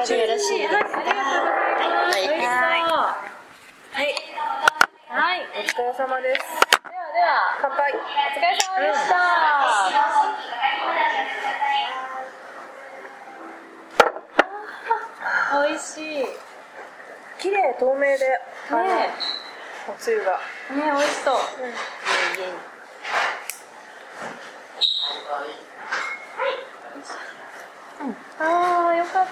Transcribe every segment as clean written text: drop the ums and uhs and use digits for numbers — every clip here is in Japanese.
ちよろしいですか。 ありがとうございます。はい、 お疲れ様です。 では乾杯。 お疲れ様でした。美味しい。ね、 綺麗透明で、おつゆが。 ね、美味しそう。ああ、よかった。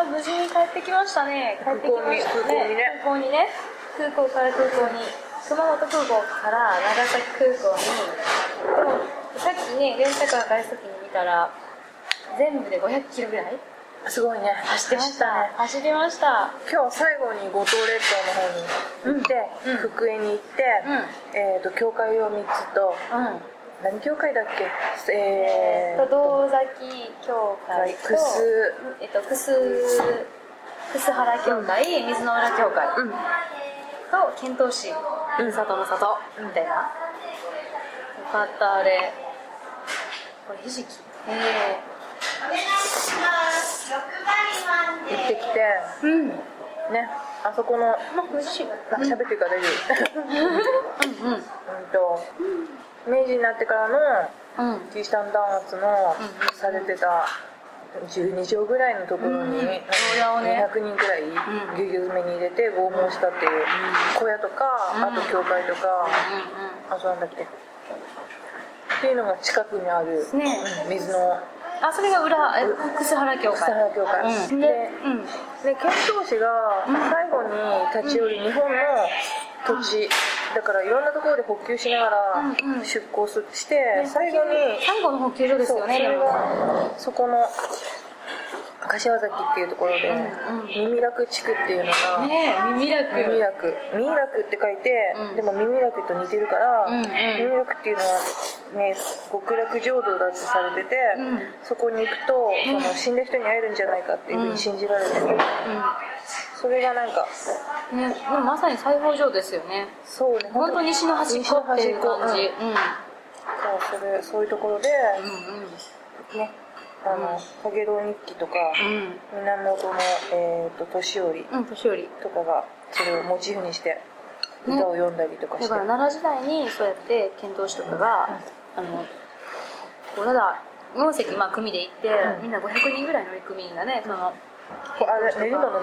無事に帰ってきましたね。帰ってきましたね。空港にね。空港から空港に。熊本空港から長崎空港に。でも、さっきね、レンタカー返すときに見たら、全部で500キロぐらいすごいね。 走ってましたね。走りました。 今日最後に五島列島の方に行って、福江に行って、教会を3つと、何教会だっけ？ 堂崎教会と、楠原教会、水の浦教会と遣唐使、里の里みたいな。よかった、あれ。これひじき。 行ってきて、ね、あそこの喋ってるから大丈夫。明治になってからのキリシタン弾圧のされてた12畳ぐらいのところに200人くらいぎゅうぎゅう詰めに入れて拷問したっていう小屋とか、あと教会とか、あとなんだっけっていうのが近くにある水の。 あ、それが楠原教会。 で、遣唐使が最後に立ち寄る日本の土地、だからいろんなところで補給しながら出港して、最後の補給所ですよね。 それがそこの柏崎っていうところで、耳楽地区っていうのが、 耳楽って書いて、でも耳楽と似てるから、耳楽っていうのはね、極楽浄土だってされてて、そこに行くとその死んだ人に会えるんじゃないかっていうふうに信じられてる。それがなんかね、でもまさに西方浄土ですよね。 そうね、 本当に西の端っこっていう感じ。 そういうところでね、影堂日記とか、源の年寄とかがそれをモチーフにして歌を読んだりとかして、 だから奈良時代にそうやって遣唐使とかがこうただ4隻組で行って、みんな500人ぐらい乗組員がね、その寝るもの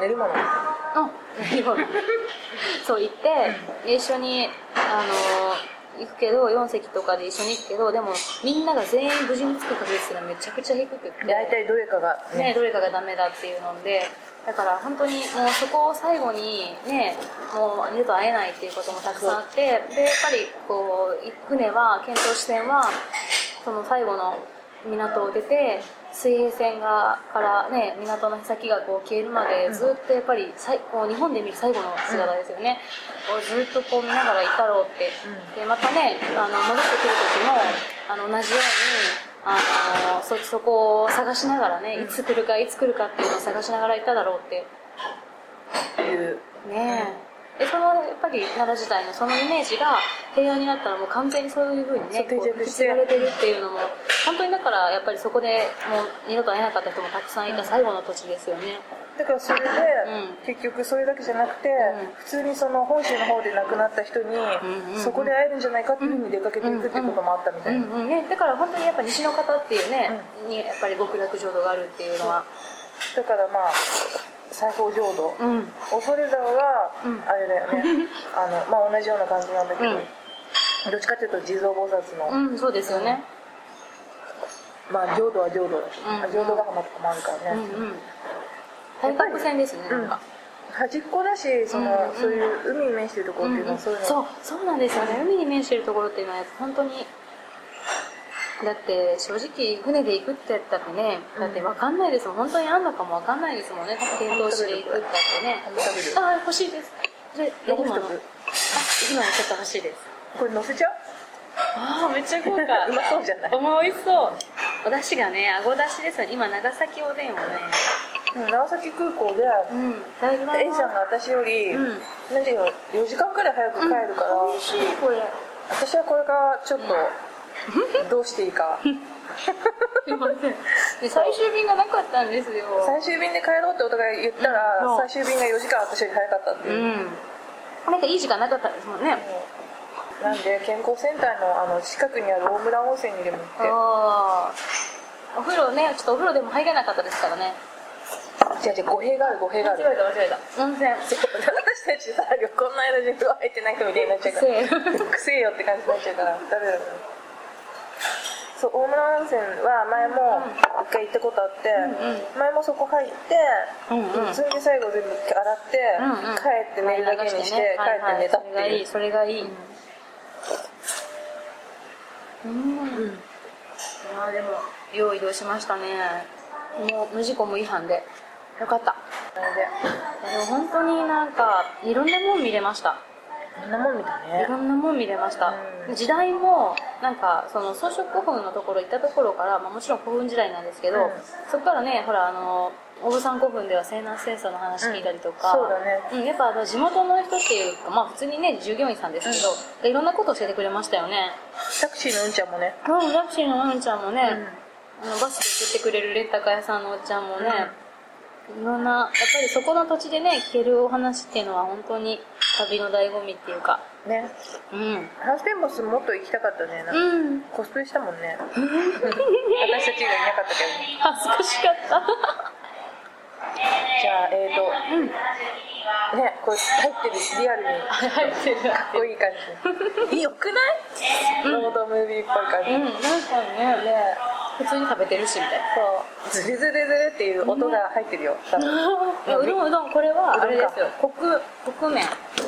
そう行って一緒に行くけど、4隻とかで一緒に行くけど、でもみんなが全員無事に着く確率がめちゃくちゃ低くて、 大体どれかがダメだっていうので、だから本当にもうそこを最後にね、もう二度と会えないっていうこともたくさんあって、でやっぱりこう船は遣唐使船はその最後の港を出て、水平線からね、港の先がこう消えるまでずっとやっぱりこう日本で見る最後の姿ですよね、をずっとこう見ながらいたろうって、でまたね、戻ってくる時も同じようにそこを探しながらね、いつ来るかっていうのを探しながらいただろうっていうね。でそのやっぱり奈良時代のそのイメージが平和になったらもう完全にそういう風にね、こう引き継がれてるっていうのも本当に、だからやっぱりそこでもう二度と会えなかった人もたくさんいた最後の土地ですよね。 だからそれで、結局それだけじゃなくて、普通にその本州の方で亡くなった人に、そこで会えるんじゃないかっていうふうに出かけていくっていうこともあったみたいな、 だから本当にやっぱ西の方っていうね、にやっぱり極楽浄土があるっていうのは、 だからまあ西方浄土、恐山はあれだよね、同じような感じなんだけど、どっちかっていうと地蔵菩薩の、 そうですよね、 浄土は浄土だし、浄土ヶ浜とかもあるからね、 対角線ですね、なんか端っこだし、そういう海に面してるところっていうのはそういうの、 そうなんですよね。海に面してるところっていうのは本当に、だって正直船で行くって言ったってね、だって分かんないですもん、本当にあんのかも分かんないですもんね、遣唐使で行くったってね。欲しいです。それ今ちょっと欲しいです。 これ乗せちゃう？ めっちゃ豪華。 うまそうじゃない？ 美味しそう。お出汁がね、あご出汁ですよね。今長崎おでんをね、 長崎空港で、A さんが私より、なんていうの、4時間くらい早く帰るから、 美味しいこれ。 私はこれがちょっとどうしていいかすいません。で最終便がなかったんですよ。 最終便で帰ろうってお互い言ったら、最終便が4時間私より早かったっていう、 なんかいい時間なかったですもんね。 なんで健康センターの近くにある大村温泉にでも行って、 お風呂ね、ちょっとお風呂でも入れなかったですからね。 違う語弊がある。 間違えた。温泉。 私たちさ、旅行の間中風呂入ってない人みたいになっちゃうからくせえよって感じになっちゃうからダメだから。そう、大村温泉は前も一回行ったことあって、前もそこ入って、それで最後全部洗って、帰って寝るだけにして、帰って寝たっていう。 それがいい。いやでもよう移動しましたね。もう無事故無違反でよかった。でも本当になんかいろんなもん見れました。 いろんなもん見たね。 いろんなもん見れました。時代もなんかその装飾古墳のところ行ったところから、もちろん古墳時代なんですけど、そこからね、ほら大武山古墳では西南戦争の話聞いたりとか、 そうだね。 やっぱ地元の人っていうか、普通にね従業員さんですけど、いろんなことを教えてくれましたよね。 タクシーのうんちゃんもね。 タクシーのうんちゃんもね、バスで送ってくれるレンタカー屋さんのおっちゃんもね、いろんなやっぱりそこの土地でね聞けるお話っていうのは本当に旅の醍醐味っていうかね。ハウステンボスもっと行きたかったね。コスプレしたもんね。私たちがいなかったけど恥ずかしかったじゃあね、これ入ってる、リアルに入ってるかっこいい感じよくないロードムービーっぽい感じ。 なんかね普通に食べてるしみたいな。 そうズルズルズルっていう音が入ってるよ。 うどんこれはあれですよ。穀麺。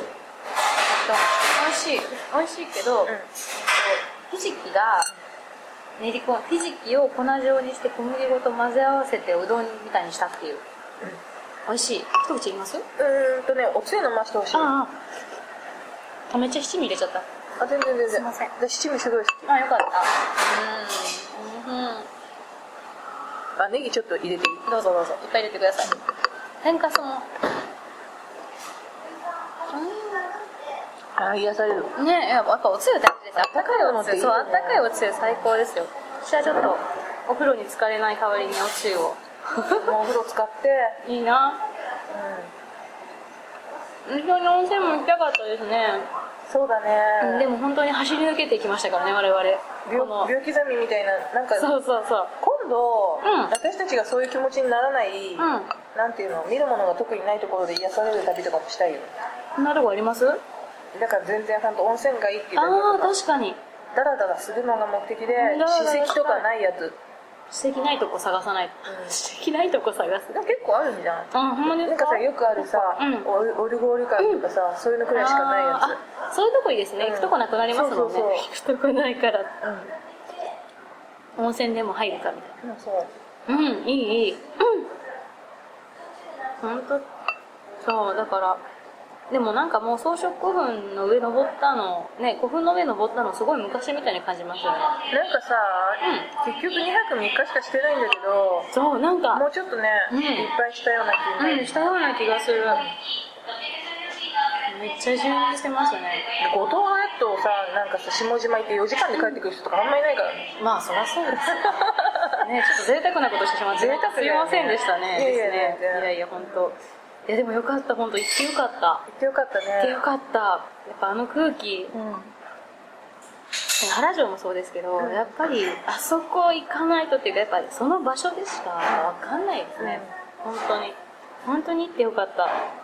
美味しいけど、ひじきが練り込む、ひじきを粉状にして小麦粉と混ぜ合わせてうどんみたいにしたっていう。美味しい。一口いきます？ おつゆ飲ましてほしい。 めっちゃ七味入れちゃった。 全然すいません。 私七味すごい好き。 よかった。 ネギちょっと入れていい？ どうぞいっぱい入れてください。天かすも癒されるね。やっぱおつゆ大事です。あったかいおつゆ。そう、あったかいおつゆ最高ですよ。私はちょっとお風呂に浸かれない代わりにおつゆをお風呂使っていいな。一緒に温泉も行きたかったですね。 そうだね。 でも本当に走り抜けていきましたからね、我々。 秒刻みみたいな、なんかそう今度、私たちがそういう気持ちにならない、なんていうの、見るものが特にないところで癒される旅とかもしたいよ。 そんなとこあります？ だから全然本当温泉がいいっていうだけ確かにダラダラするのが目的で、史跡とかないやつ。 史跡ないとこ探さない。史跡ないとこ探す。 でも結構あるんじゃん。 ほんまですか？ なんかさ、よくあるさ、オルゴール館とかさ、そういうのくらいしかないやつ。そういうとこいいですね。行くとこなくなりますもんね。行くとこないから。温泉でも入るかみたいな。そういい本当そうだから。でもなんかもう装飾古墳の上登ったのね、古墳の上登ったのすごい昔みたいに感じますよね。 なんかさ、結局2泊3日しかしてないんだけど、 そうなんかもうちょっとね、いっぱいしたような気がしたような気がする。めっちゃ充実してましたね。 五島列島さ、なんかさ、下島行って4時間で帰ってくる人とかあんまりいないからね。 そりゃそうですよね。ちょっと贅沢なことしてしまってすいませんでしたね。いや本当。いやでもよかった、本当行ってよかった。 行ってよかったね。 行ってよかった。やっぱ空気、原城もそうですけど、やっぱりあそこ行かないとっていうか、やっぱりその場所でしかわかんないですね。本当に行ってよかった。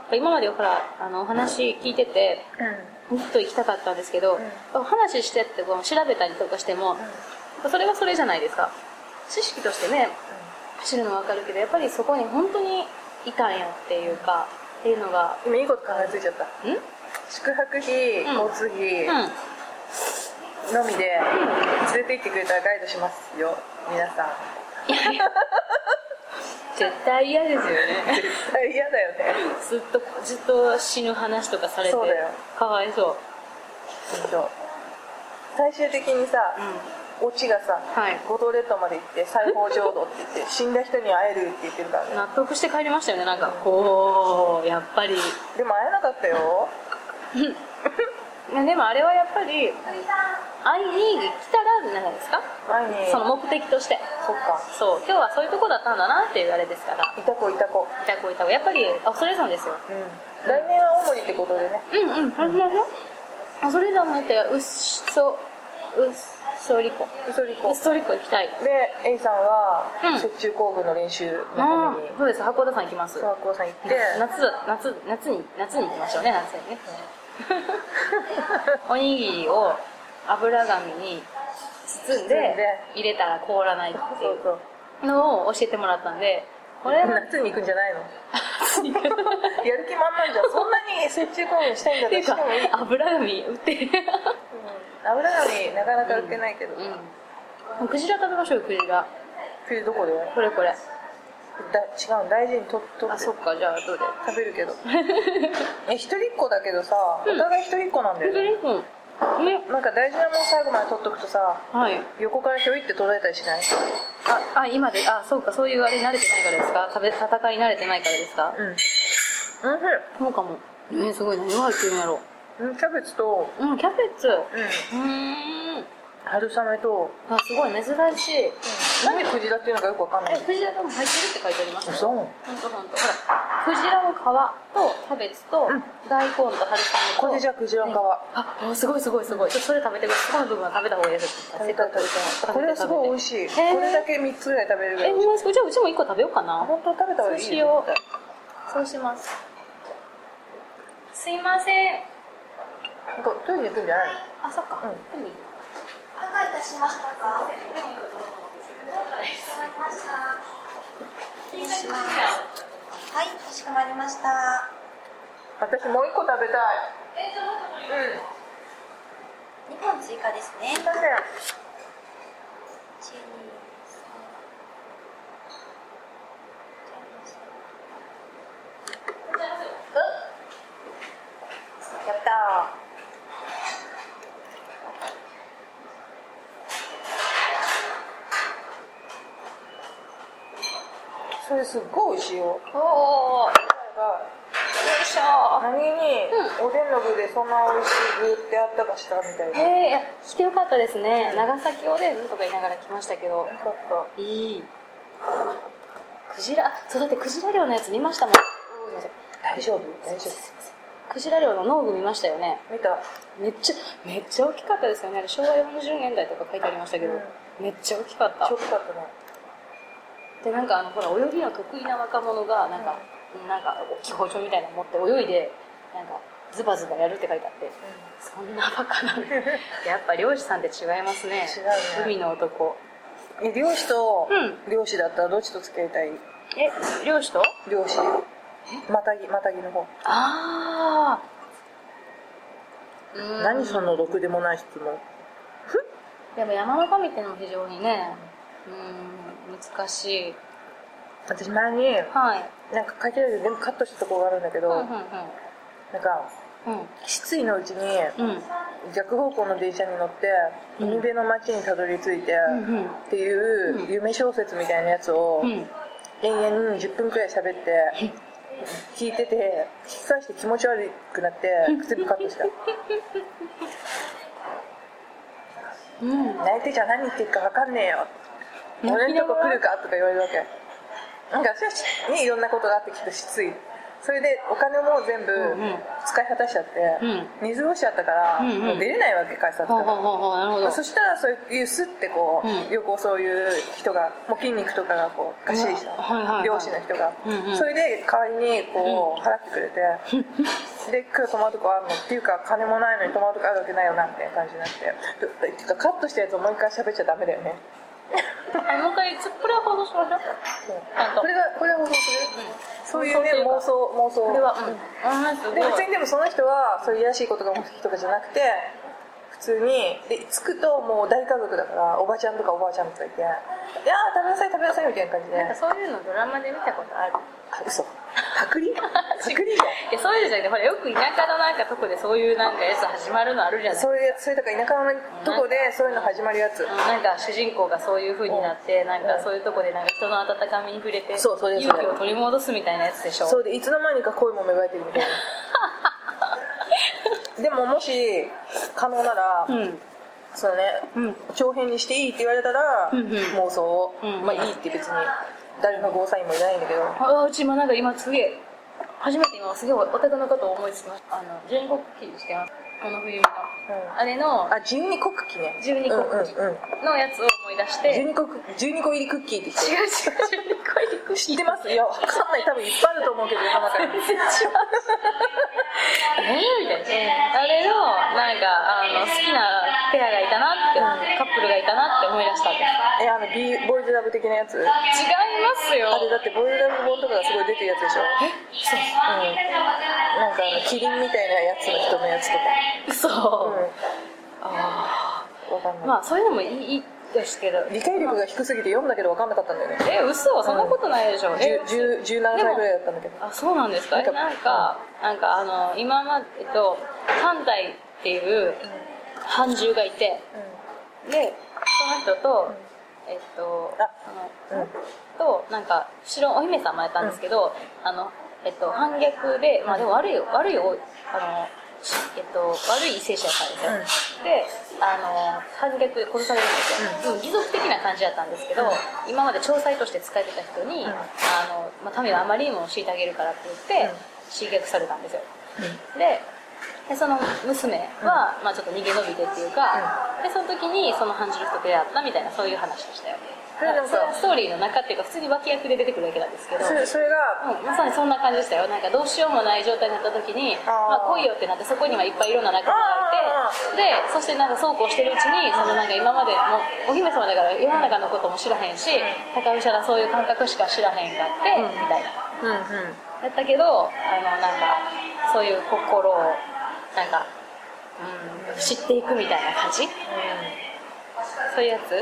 今までほらお話聞いてて、もっと行きたかったんですけど、話してって調べたりとかしても、それはそれじゃないですか。知識としてね、知るのはわかるけど、やっぱりそこに本当にいたんやっていうか、っていうのが。 今いいこと考えついちゃった。宿泊費、交通費のみで連れて行ってくれたらガイドしますよ、皆さん。 絶対嫌ですよね。 絶対嫌だよね。 ずっと死ぬ話とかされて、 そうだよ。 かわいそう。 最終的にさ、オチがさ、五島列島まで行って西方浄土って言って死んだ人に会えるって言ってるからね。 納得して帰りましたよね。なんかやっぱりでも会えなかったよ。 でもあれはやっぱり会いに来たら何ですか？その目的として。 そっか。 そう、今日はそういうとこだったんだなっていうあれですから。 いた子。 やっぱり恐山ですよ。 来年は青森ってことでね。 恐山もってうっそりこ行きたい。 で、A さんは雪中行軍の練習のために。 そうです、八甲田山行きます。 八甲田山行って、 夏に行きましょうね、夏にね。おにぎりを油紙に包んで入れたら凍らないっていうのを教えてもらったんで、 これ夏に行くんじゃないの？やる気満々じゃん。そんなに雪中行軍したいんだったらしてもいい。 油紙売ってる。 油紙なかなか売ってないけど。 クジラ食べましょうよ、クジラ。 クジラどこで？ これ。 違う、大事に取って。 あ、そっか、じゃあどれ？ 食べるけど。一人っ子だけどさ、お互い一人っ子なんだよね。なんか大事なもの最後まで取っとくとさ、横からひょいって取られたりしない？ 今で、そうか、そういうあれに慣れてないからですか？戦いに慣れてないからですか？そうかも。すごい、何が入ってるんやろう。 キャベツと、 キャベツ。 春雨と、 すごい珍しい。 なんでクジラっていうのかよくわかんない。 クジラでも入ってるって書いてありますよ。 そう。 ほら、クジラの皮とキャベツと大根と春雨と。 これじゃクジラの皮。 すごい。ちょっとそれ食べてください。そこの部分は食べた方がいいです。 食べたい。これはすごい美味しい。これだけ3つぐらい食べるぐらい。 じゃあうちも1個食べようかな。 本当食べた方がいい。 そうします。すいません。 トイレ行くんじゃないの？ そっか。 お伺いいたしましたか？失礼します。はい、かしこまりました。 私もう1個食べたい。 2本追加ですね。 すいません。やったー。それすっごい美味しいよ。 よいしょ。 何に、おでんの具でそんな美味しい具ってあったかしたみたいな。 来てよかったですね。長崎おでんとか言いながら来ましたけど。 よかった。 いい。クジラ、だってクジラ漁のやつ見ましたもん。 大丈夫。 クジラ漁の農具見ましたよね。 見た。 めっちゃ大きかったですよね。昭和40年代とか書いてありましたけど、めっちゃ大きかった。 大きかったね。 で、ほら、泳ぎの得意な若者が、大きい包丁みたいなの持って泳いで、ズバズバやるって書いてあって、そんなバカなの。やっぱ漁師さんって違いますね。 違うね。 海の男。 漁師と漁師だったらどっちと付き合いたい？ 漁師と？ 漁師。またぎの方。何そのろくでもない質問。 でも山の神ってのも非常にね、難しい。 私前に、なんか書いてるけど全部カットしたところがあるんだけど、なんか、失意のうちに、逆方向の電車に乗って海辺の街にたどり着いてっていう夢小説みたいなやつを延々に10分くらい喋って聞いてて、聞き返して気持ち悪くなって全部カットした。泣いてちゃ何言ってるか分かんねえよ、俺のとこ来るかとか言われるわけ。なんか私にいろんなことがあってきっと失意、それでお金も全部使い果たしちゃって、水落ちちゃったから、もう出れないわけ、改札から。そしたらそういうスッてこう、横そういう人が、もう筋肉とかがこうガッシリした漁師の人が、それで代わりにこう払ってくれて、で今日泊まるとこあるのっていうか、金もないのに泊まるとこあるわけないよなみたいな感じになって、っていうかカットしたやつをもう一回喋っちゃダメだよね。 もう一回これは放送しましょう。 これは放送する、そういうね、妄想これはで別にでもその人はそういういやらしいことが目的とかじゃなくて、普通にで着くともう大家族だから、おばちゃんとかおばあちゃんとかいて、いやー食べなさいみたいな感じで、 そういうのドラマで見たことある。 嘘、パクリじゃん。 いや、そういうのじゃなくて、ほら、よく田舎のとこでそういうやつ始まるのあるじゃない。 それだから田舎のとこでそういうの始まるやつ、 主人公がそういう風になって、そういうとこで人の温かみに触れて勇気を取り戻すみたいなやつでしょ。 そうで、いつの間にか恋も芽生えてるみたいな。でももし可能なら、 そうね、長編にしていいって言われたら、妄想を、まあいいって別に誰のゴーサインもいないんだけど、 うちもなんか今すげえ初めて今すげえお宅のことを思いつきました。12国旗してます、この冬の、あれの 12国旗ね、 12国旗のやつを思い出して、 12個入りクッキーって言って違う12個入りクッキー知ってます？いやわかんない、多分いっぱいあると思うけど世の中にみたいな、あれのなんか好きなペアがいたなって、カップルがいたなって思い出したんです。 ボーイズラブ的なやつ？違いますよ。 あれだってボーイズラブ本とかがすごい出てるやつでしょ。 そう、 なんかキリンみたいなやつの人のやつとか。 そう、 わかんない。 まあそういうのもいいですけど、 理解力が低すぎて読んだけどわかんなかったんだよね。 嘘、そんなことないでしょ。 17歳ぐらいだったんだけど。 そうなんですか。なんか今まで3体っていう半獣がいて、でその人となんかお姫様やったんですけど、反逆で、まあでも悪い悪い異性者やったんですよ、で反逆で殺されるんですよ、義賊的な感じだったんですけど、今まで調査員として仕えてた人に、民はあまりにも虐げるからって言って刺激されたんですよ、でその娘は、ちょっと逃げ延びてっていうか、でその時にその半獣の人と出会ったみたいな、そういう話でしたよ。それはストーリーの中っていうか普通に脇役で出てくるわけなんですけど、 それが、 まさにそんな感じでしたよ。なんかどうしようもない状態になった時に、来いよってなって、そこにはいっぱいいろんな仲間がいて、でそしてなんかそうこうしてるうちに、そのなんか今までもお姫様だから世の中のことも知らへんし、高飛車らそういう感覚しか知らへんかって、みたいな、やったけどなんかそういう心をなんか、知っていくみたいな感じ、そういうやつ。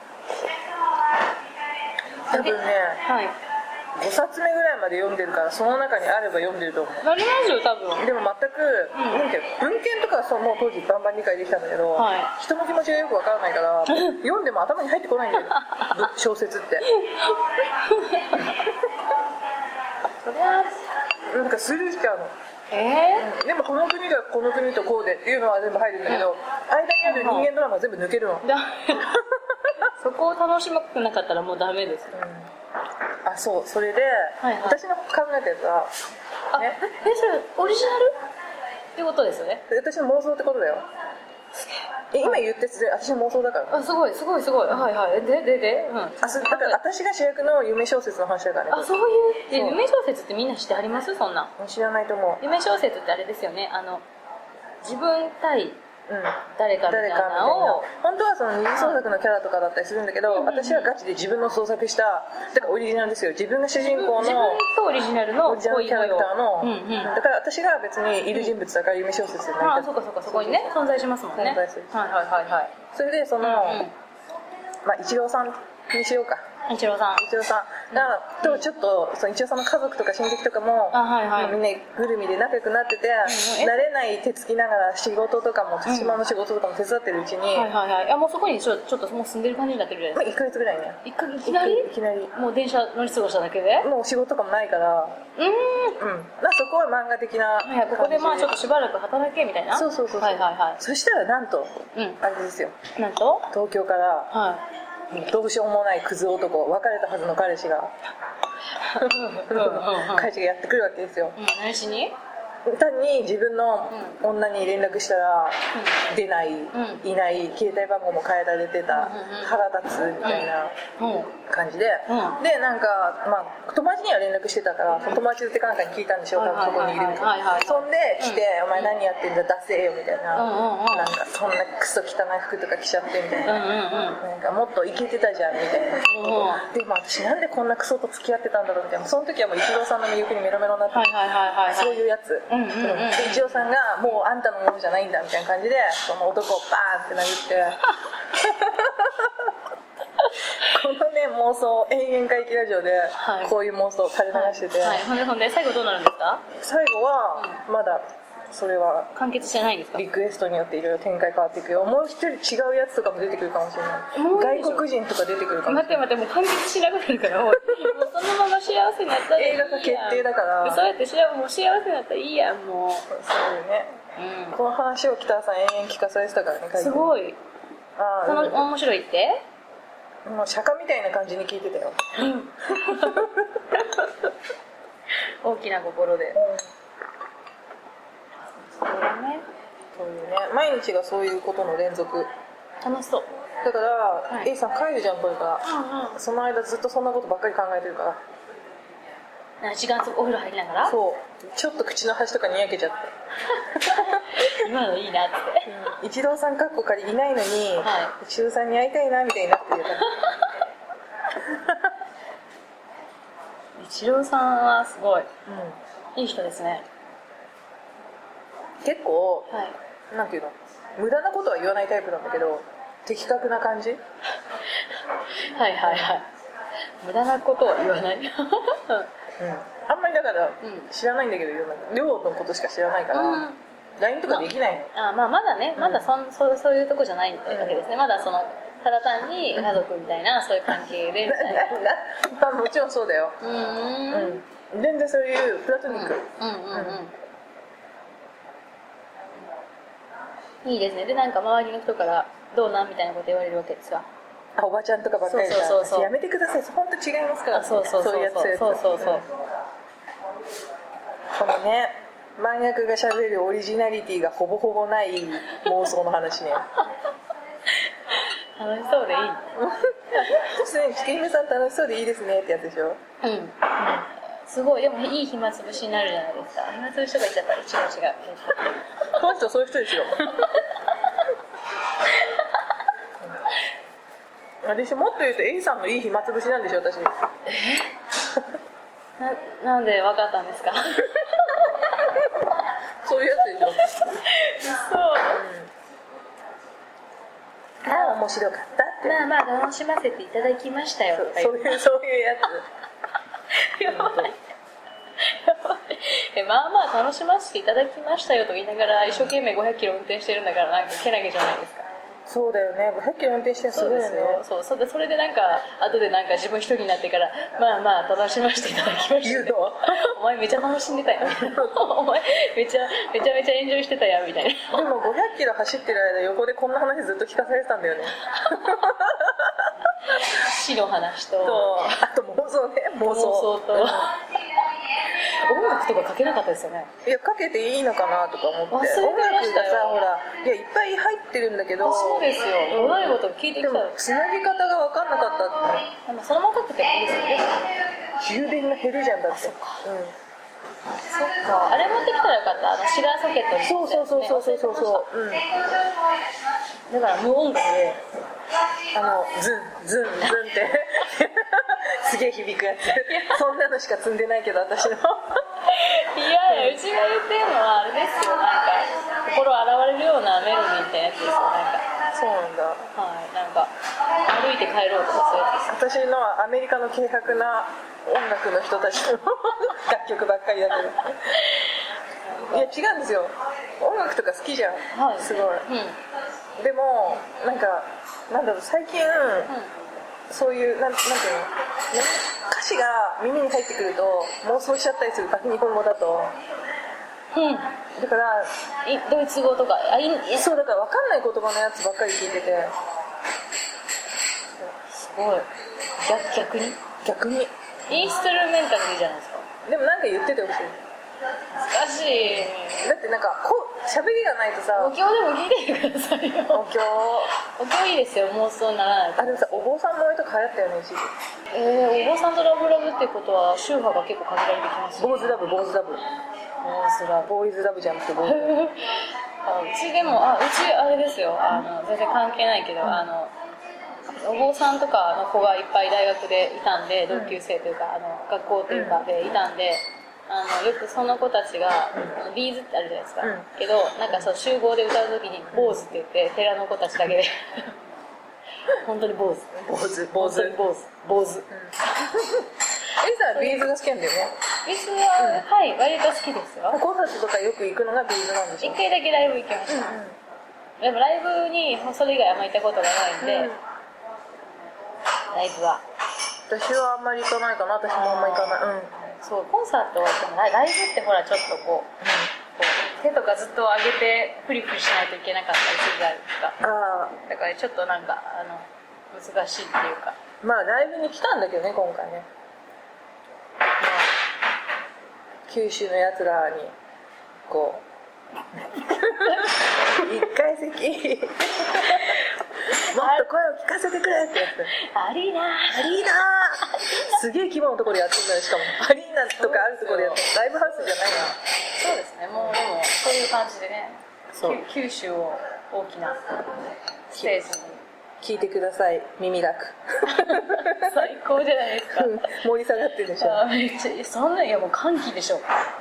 多分ね、5冊目ぐらいまで読んでるから、その中にあれば読んでると思う。 なりますよ多分。 でも全く、なんていう文献とかはもう当時バンバン理解できたんだけど、人の気持ちがよくわからないから読んでも頭に入ってこないんだよ小説ってそれはなんかスルーしちゃうの。でもこの国がこの国とこうでっていうのは全部入るんだけど、間にある人間ドラマは全部抜けるの。 そこを楽しまなかったらもうダメです、 それで、私の考えたやつはそれオリジナルってことですよね。 私の妄想ってことだよ。今言って私の妄想だから。 すごい、で、 だから私が主役の夢小説の話だからね。 そういう夢小説ってみんな知ってあります？そんな知らないと思う。 夢小説ってあれですよね、自分対誰かみたいなのを、 本当はその二次創作のキャラとかだったりするんだけど、私はガチで自分の創作した、だからオリジナルですよ。自分が主人公の自分とオリジナルのキャラクターの、だから私が別にいる人物だから夢小説になりたい。 そうか、そこにね存在しますもんね。 それでその、一郎さんにしようか。 一郎さんがとちょっとその一郎さんの家族とか親戚とかも、みんなぐるみで仲良くなってて、慣れない手つきながら仕事とかも島の仕事とかも手伝ってるうちに、 もうそこにちょっともう住んでる感じになってるじゃないですか。 1ヶ月ぐらいね。 いきなりもう電車乗り過ごしただけでもう仕事とかもないから、そこは漫画的な感じで、 ここでちょっとしばらく働けみたいな。 そうそしたらなんと、あれですよ、 なんと東京から、どうしようもないクズ男、別れたはずの彼氏がやってくるわけですよ。 何しに？ 単に自分の女に連絡したら出ない、いない、携帯番号も変えられてた、腹立つみたいな感じで、でなんか友達には連絡してたから、その友達ってかなんかに聞いたんでしょう、多分そこにいるみたいな。そんで来て、お前何やってんだ、出せよみたいな、なんかそんなクソ汚い服とか着ちゃってみたいな、なんかもっとイケてたじゃんみたいな。でも私なんでこんなクソと付き合ってたんだろうみたいな。その時はもう一郎さんの魅力にメロメロになって、そういうやつ。一郎さんがもうあんたのものじゃないんだみたいな感じで、その男をバーンって殴ってこのね妄想延々会議ラジオでこういう妄想垂れ流してて、 ほんで最後どうなるんですか？ 最後はまだそれは完結してないんですか？ リクエストによっていろいろ展開変わっていくよ。もう一人違うやつとかも出てくるかもしれない。外国人とか出てくるかもしれない。 待ってもう完結しなくなるからもうそのまま幸せになったらいいやん。 映画が決定だから。 そうやってもう幸せになったらいいやん。もうそうよね、この話を北原さん延々聞かされてたからね。 すごいその面白いって？ もう釈迦みたいな感じに聞いてたよ。 大きな心で。そうだね。 そういうね、毎日がそういうことの連続。 楽しそう。 だから、 はい、 A さん帰るじゃんこれから、その間ずっとそんなことばっかり考えてるから。 時間お風呂入りながら？ そうちょっと口の端とかにやけちゃって今のいいなって、 一郎さんかっこ仮いないのに、はい、一郎さんに会いたいなみたいになってるよ一郎さんはすごい、いい人ですね。 結構、 はい、 なんていうの、無駄なことは言わないタイプなんだけど的確な感じはいはいはい、無駄なことは言わないあんまりだから、知らないんだけど量のことしか知らないから、LINE とかできないの。 まだね、まだそういうとこじゃないわけですね。まだただ単に家族みたいな、そういう関係でみたいなもちろんそうだよ。全然そういうプラトニック。 いいですね。でなんか周りの人からどうなんみたいなこと言われるわけですわ。 おばちゃんとかばっかりじゃん。やめてください、本当違いますから。そういうやつ。このね、漫画家がしゃべるオリジナリティがほぼほぼない妄想の話ね。 楽しそうでいい。 私ね、ちくひめさん楽しそうでいいですねってやつでしょ。 すごい、でもいい暇つぶしになるじゃないですか。暇つぶしとか言っちゃったら違う。 この人そういう人ですよ。私もっと言うと A さんのいい暇つぶしなんでしょ私。 なんで分かったんですか？ そういうやつでしょ。面白かったって。 まあ楽しませていただきましたよ。 そういうやつ。 やばい。まあ楽しませていただきましたよと言いながら一生懸命500キロ運転してるんだからなんかけなげじゃないですか。 そうだよね、500キロ運転してすごいよね。 それでなんか後でなんか自分一人になってからまあ楽しませていただきました、ね、お前めちゃ楽しんでたやんお前めちゃめちゃエンジョイしてたやんみたいな。 でも500キロ走ってる間横でこんな話ずっと聞かされてたんだよね。 死の話とあと妄想ね、妄想と音楽とかかけなかったですよね。 いやかけていいのかなとか思って。音楽がさほらいっぱい入ってるんだけど。 そうですよ。長いこと聞いてきた。でもつなぎ方が分かんなかったって。 そのままかけてもいいですよね。 充電が減るじゃんだって。そっか。 あれ持ってきたらよかった。シガーソケットに。 そう。 だから無音楽でズンってすげえ響くやつ。そんなのしか積んでないけど私の。 いやうちが言ってるのはあれですよ。なんか心洗われるようなメロディーみたいなやつですよ。なんかそうなんだ。 はい、なんか歩いて帰ろうとかそういうやつです。 私のはアメリカの軽薄な音楽の人たちの楽曲ばっかりだけど。いや違うんですよ。音楽とか好きじゃん。はい、すごい。でもなんかなんだろう最近、そういうなんていうの、歌詞が耳に入ってくると妄想しちゃったりする日本語だと。だからドイツ語とかそうだから分かんない言葉のやつばっかり聞いてて。 すごい。 逆にインストゥルメンタルでいいじゃないですか。 でもなんか言っててほしい。 難しい。 だってなんか喋りがないとさ。 お経でも聞いてくださいよ。お経いいですよ。妄想にならない。 でもさお坊さんの歌流行ったよね一時。 お坊さんとラブラブってことは宗派が結構限られてきますね。 ボーズラブボーイズラブじゃなくてボーズラブ。うちでもうちあれですよ。全然関係ないけどお坊さんとかの子がいっぱい大学でいたんで、同級生というか学校というかでいたんで、よくその子たちがビーズってあるじゃないですか、けどなんかそう集合で歌う時に坊主って言って寺の子たちだけで本当に坊主。 エイさんはビーズが好きなんだよね。 ビーズは、はい割と好きですよ。 コンサートとかよく行くのがビーズなんでしょ。 1回だけライブ行きました、でもライブにそれ以外あんま行ったことがないんで、ライブは私はあんまり行かないかな。私もあんまり行かない。 そうコンサートはでもライブってほらちょっとこう手とかずっと上げてフリフリしないといけなかったりするじゃないですか。だからちょっとなんか難しいっていうか。 まあライブに来たんだけどね今回ね、まあ、九州のやつらにこう一階席もっと声を聞かせてくれってやつ。 アリーナすげえ規模のところでやってるんだよ。しかもアリーナとかあるところでやってる。ライブハウスじゃないな。 そうですね。もうでもそういう感じでね、九州を大きなステージに聞いてください。耳楽最高じゃないですか。 盛り下がってるでしょ。 めっちゃそんな、いやもう歓喜でしょ。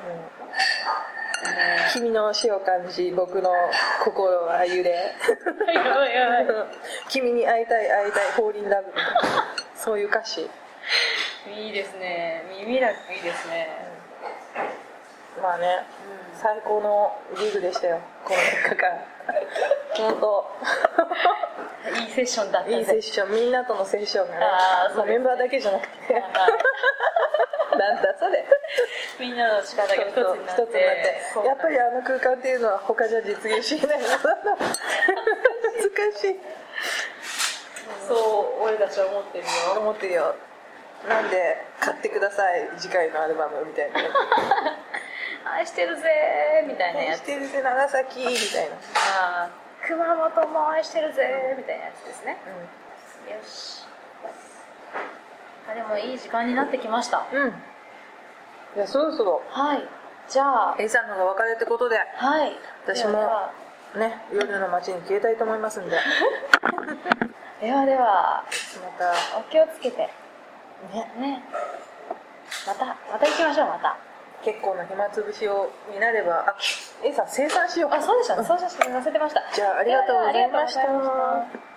君の死を感じ僕の心は揺れやばい君に会いたいフォーリンラブみたいなそういう歌詞。 いいですね。耳楽いいですね。 まあね、最高のギグでしたよこの3日間本当いいセッションだったね。 いいセッション、みんなとのセッションがね、メンバーだけじゃなくてなんだそれみんなの力が一つになってやっぱりあの空間っていうのは他じゃ実現しないの難しい。 そう俺たちは思ってるよ。 なんで買ってください次回のアルバムみたいな愛してるぜみたいなやつ。 愛してるぜ長崎みたいな。 熊本も愛してるぜみたいなやつですね。よし。でもいい時間になってきました。 いやそろそろ。 はい。じゃあ A さんのが別れってことで、 はい。 私もね夜の街に消えたいと思いますんでではまたお気をつけてねまた行きましょう。また結構な暇つぶしになればA さん生産しよう。 そうでしたね。そうさせてました。 じゃあありがとうございました。